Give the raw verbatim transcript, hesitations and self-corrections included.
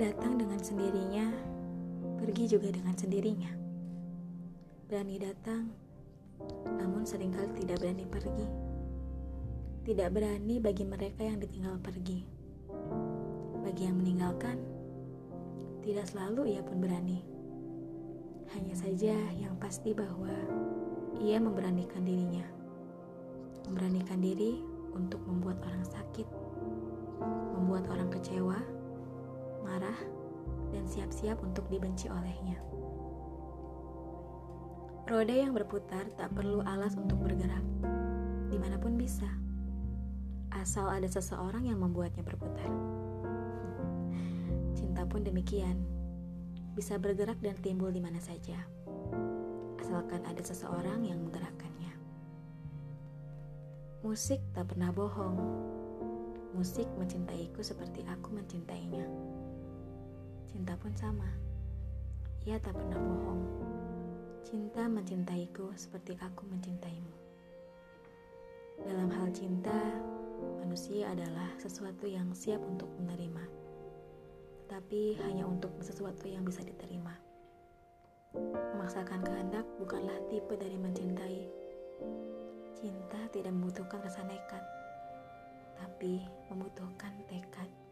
datang dengan sendirinya, pergi juga dengan sendirinya. Berani datang, namun seringkali tidak berani pergi. Tidak berani bagi mereka yang ditinggal pergi. Bagi yang meninggalkan, tidak selalu ia pun berani. Hanya saja yang pasti bahwa ia memberanikan dirinya. Memberanikan diri untuk membuat orang sakit, membuat orang kecewa, marah, dan siap-siap untuk dibenci olehnya. Roda yang berputar tak perlu alas untuk bergerak, dimanapun bisa, asal ada seseorang yang membuatnya berputar. Cinta pun demikian, bisa bergerak dan timbul di mana saja, asalkan ada seseorang yang menggerakkannya. Musik tak pernah bohong. Musik mencintaiku seperti aku mencintainya. Cinta pun sama, ia tak pernah bohong. Cinta mencintaiku seperti aku mencintaimu. Dalam hal cinta, manusia adalah sesuatu yang siap untuk menerima, tetapi hanya untuk sesuatu yang bisa diterima. Memaksakan kehendak bukanlah tipe dari mencintai. Cinta tidak membutuhkan rasa nekat, tapi membutuhkan tekad.